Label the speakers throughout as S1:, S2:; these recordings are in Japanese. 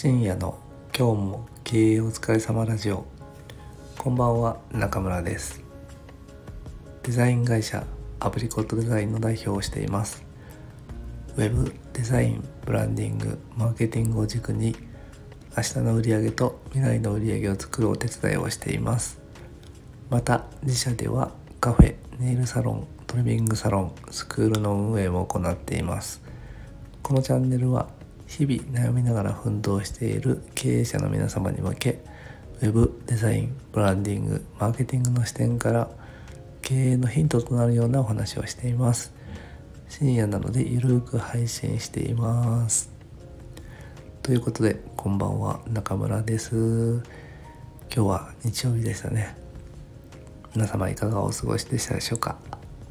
S1: 深夜の今日も経営お疲れ様ラジオ。こんばんは、中村です。デザイン会社アプリコットデザインの代表をしています。ウェブデザイン、ブランディング、マーケティングを軸に明日の売り上げと未来の売り上げを作るお手伝いをしています。また自社ではカフェ、ネイルサロン、トリミングサロン、スクールの運営も行っています。このチャンネルは日々悩みながら奮闘している経営者の皆様に向け、ウェブデザイン、ブランディング、マーケティングの視点から経営のヒントとなるようなお話をしています。深夜なのでゆるく配信しています。ということで、こんばんは、中村です。今日は日曜日でしたね。皆様いかがお過ごしでしたでしょうか。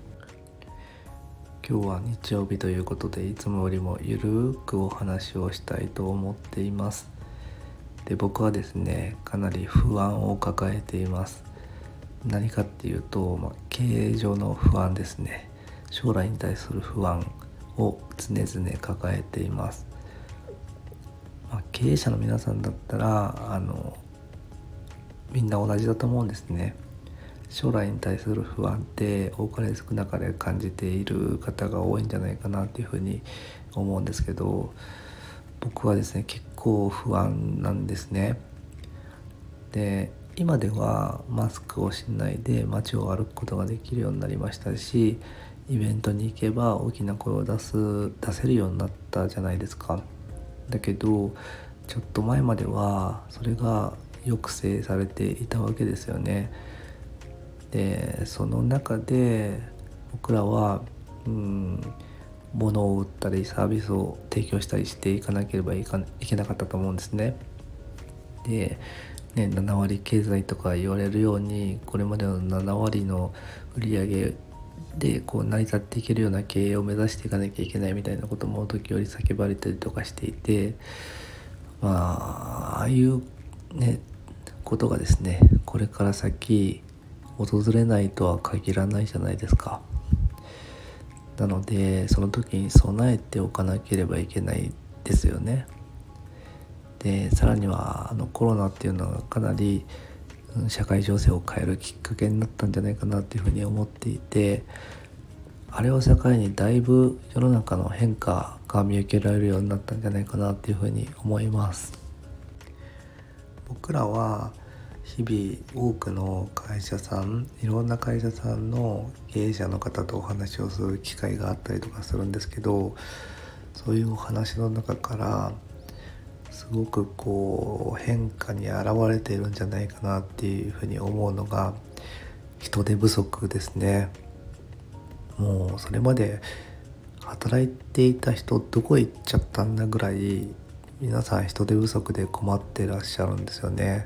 S1: 今日は日曜日ということで、いつもよりもゆるくお話をしたいと思っています。で、僕はですね、かなり不安を抱えています。何かっていうと、経営上の不安ですね。将来に対する不安を常々抱えています。経営者の皆さんだったらみんな同じだと思うんですね。将来に対する不安って多かれ少なかれ感じている方が多いんじゃないかなっていうふうに思うんですけど、僕はですね、結構不安なんですね。で、今ではマスクをしないで街を歩くことができるようになりましたし、イベントに行けば大きな声を出せるようになったじゃないですか。だけどちょっと前まではそれが抑制されていたわけですよね。で、その中で僕らは物を売ったりサービスを提供したりしていかなければいけなかったと思うんですね。で、7割経済とか言われるように、これまでの7割の売り上げで成り立っていけるような経営を目指していかなきゃいけないみたいなことも時折叫ばれたりとかしていて、ああいうことがですね、これから先訪れないとは限らないじゃないですか。なのでその時に備えておかなければいけないですよね。で、さらにはコロナっていうのはかなり社会情勢を変えるきっかけになったんじゃないかなというふうに思っていて、あれを境にだいぶ世の中の変化が見受けられるようになったんじゃないかなというふうに思います。僕らは日々多くの会社さん、いろんな会社さんの経営者の方とお話をする機会があったりとかするんですけど、そういうお話の中からすごく変化に現れているんじゃないかなっていうふうに思うのが人手不足ですね。もうそれまで働いていた人どこ行っちゃったんだぐらい皆さん人手不足で困ってらっしゃるんですよね。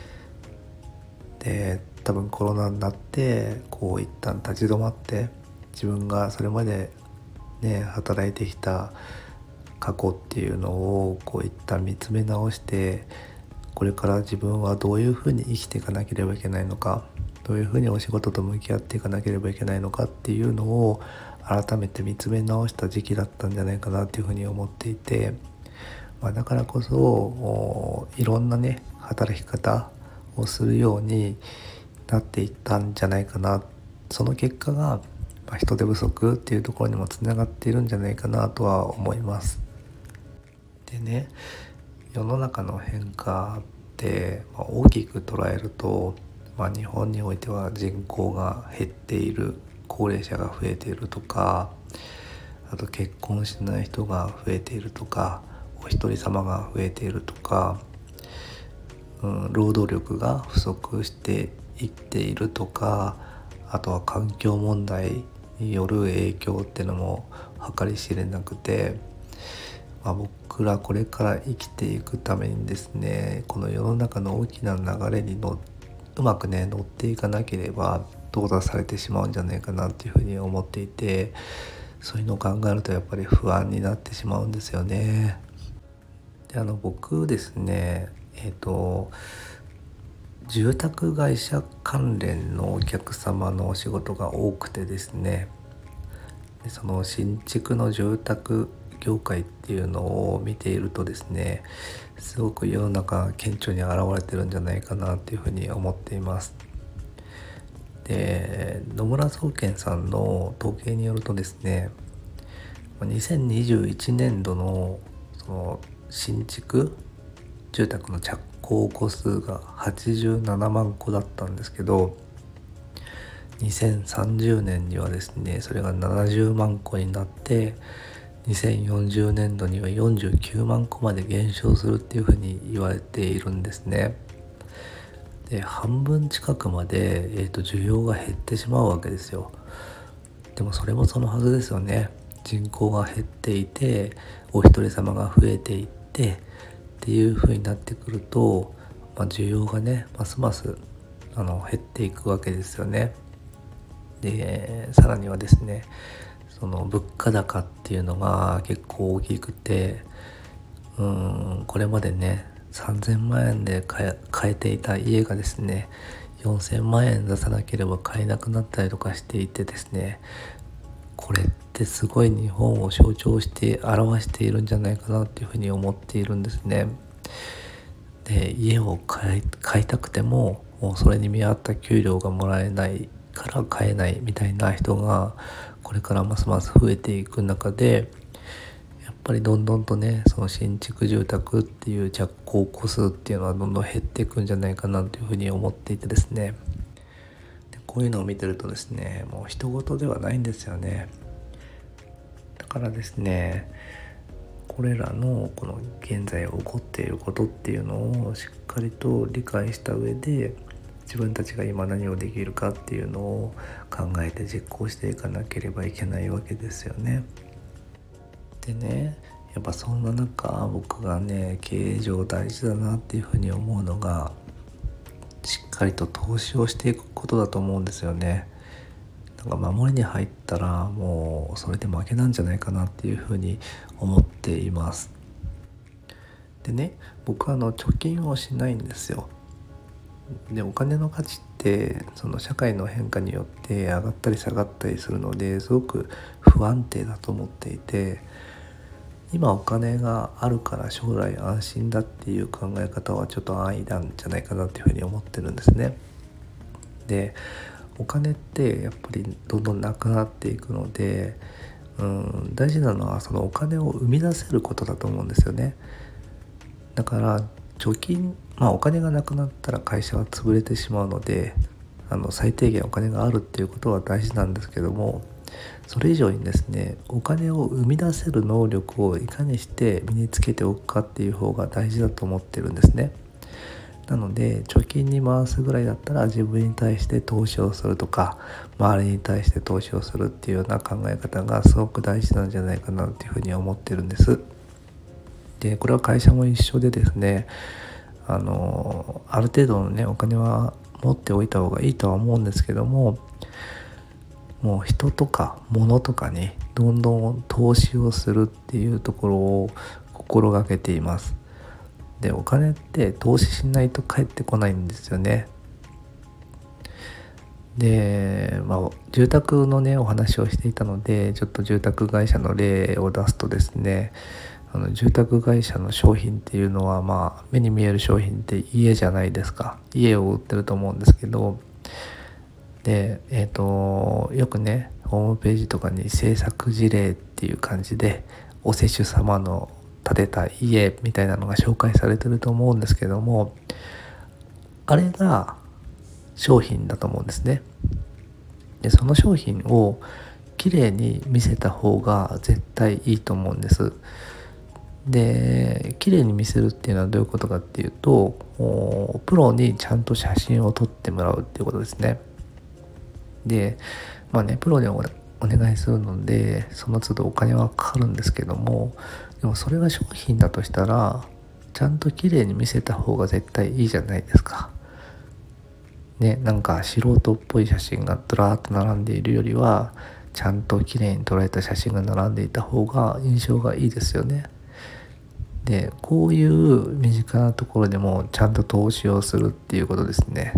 S1: で、多分コロナになって一旦立ち止まって、自分がそれまで働いてきた過去っていうのを一旦見つめ直して、これから自分はどういうふうに生きていかなければいけないのか、どういうふうにお仕事と向き合っていかなければいけないのかっていうのを改めて見つめ直した時期だったんじゃないかなっていうふうに思っていて、だからこそいろんな働き方をするようになっていったんじゃないかな。その結果が、人手不足っていうところにもつながっているんじゃないかなとは思います。でね、世の中の変化って、大きく捉えると、日本においては人口が減っている、高齢者が増えているとか、あと結婚しない人が増えているとか、お一人様が増えているとか、労働力が不足していっているとか、あとは環境問題による影響っていうのも計り知れなくて、僕らこれから生きていくためにですね、この世の中の大きな流れにうまく乗っていかなければ淘汰されてしまうんじゃないかなっていうふうに思っていて、そういうのを考えるとやっぱり不安になってしまうんですよね。で、僕ですね、住宅会社関連のお客様のお仕事が多くてですね、でその新築の住宅業界っていうのを見ているとですね、すごく世の中顕著に現れてるんじゃないかなっていうふうに思っています。で、野村総研さんの統計によるとですね、2021年度のその新築住宅の着工戸数が87万戸だったんですけど、2030年にはですね、それが70万戸になって、2040年度には49万戸まで減少するっていうふうに言われているんですね。で、半分近くまで、需要が減ってしまうわけですよ。でもそれもそのはずですよね。人口が減っていて、お一人様が増えていってっていう風になってくると、需要がね、ますます減っていくわけですよね。で、さらにはですね、その物価高っていうのが結構大きくて、これまでね、3000万円で買えていた家がですね、4000万円出さなければ買えなくなったりとかしていてですね、これってすごい日本を象徴して表しているんじゃないかなっていうふうに思っているんですね。で、家を買いたくても、それに見合った給料がもらえないから買えないみたいな人がこれからますます増えていく中で、やっぱりどんどんとね、その新築住宅っていう着工戸数っていうのはどんどん減っていくんじゃないかなというふうに思っていてですね、でこういうのを見てるとですね、もう人事ではないんですよね。だからですね、これらのこの現在起こっていることっていうのをしっかりと理解した上で、自分たちが今何をできるかっていうのを考えて実行していかなければいけないわけですよね。でね、やっぱそんな中、僕がね、経営上大事だなっていうふうに思うのが、しっかりと投資をしていくことだと思うんですよね。なんか守りに入ったらもうそれで負けなんじゃないかなっていうふうに思っています。でね、僕は貯金をしないんですよ。で、お金の価値ってその社会の変化によって上がったり下がったりするので、すごく不安定だと思っていて、今お金があるから将来安心だっていう考え方はちょっと安易なんじゃないかなっていうふうに思ってるんですね。で、お金ってやっぱりどんどんなくなっていくので、大事なのはそのお金を生み出せることだと思うんですよね。だから貯金、お金がなくなったら会社は潰れてしまうので、最低限お金があるっていうことは大事なんですけども、それ以上にですね、お金を生み出せる能力をいかにして身につけておくかっていう方が大事だと思ってるんですね。なので貯金に回すぐらいだったら自分に対して投資をするとか、周りに対して投資をするっていうような考え方がすごく大事なんじゃないかなっていうふうに思ってるんです。で、これは会社も一緒でですね、ある程度のね、お金は持っておいた方がいいとは思うんですけども、もう人とか物とかにどんどん投資をするっていうところを心がけています。で、お金って投資しないと返ってこないんですよね。で、住宅のね、お話をしていたので、ちょっと住宅会社の例を出すとですね、住宅会社の商品っていうのは、目に見える商品って家じゃないですか。家を売ってると思うんですけど、で、よくね、ホームページとかに制作事例っていう感じで、お施主様の建てた家みたいなのが紹介されてると思うんですけども、あれが商品だと思うんですね。で、その商品をきれいに見せた方が絶対いいと思うんです。で、きれいに見せるっていうのはどういうことかっていうと、プロにちゃんと写真を撮ってもらうっていうことですね。で、プロにお願いするので、その都度お金はかかるんですけども、でもそれが商品だとしたら、ちゃんと綺麗に見せた方が絶対いいじゃないですか。ね、なんか素人っぽい写真がドラーッと並んでいるよりは、ちゃんと綺麗に撮られた写真が並んでいた方が印象がいいですよね。で、こういう身近なところでもちゃんと投資をするっていうことですね。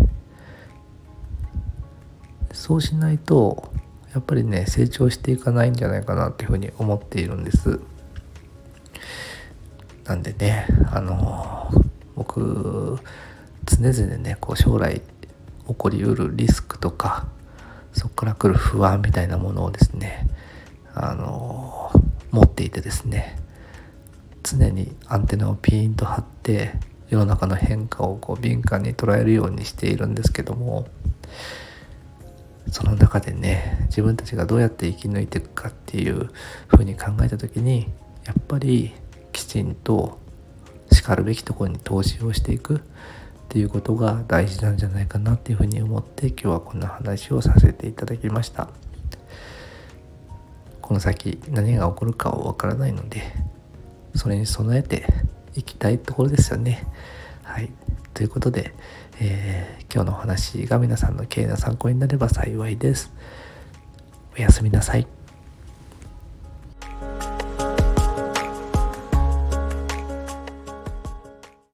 S1: そうしないとやっぱりね、成長していかないんじゃないかなっていうふうに思っているんです。 なんでね、僕常々ね将来起こりうるリスクとか、そこから来る不安みたいなものをですね持っていてですね、常にアンテナをピーンと張って世の中の変化を敏感に捉えるようにしているんですけども、その中でね自分たちがどうやって生き抜いていくかっていうふうに考えた時に、やっぱりきちんとしかるべきところに投資をしていくっていうことが大事なんじゃないかなっていうふうに思って、今日はこんな話をさせていただきました。この先何が起こるかはわからないので、それに備えていきたいところですよね。はい、ということで、今日のお話が皆さんの経営の参考になれば幸いです。おやすみなさい。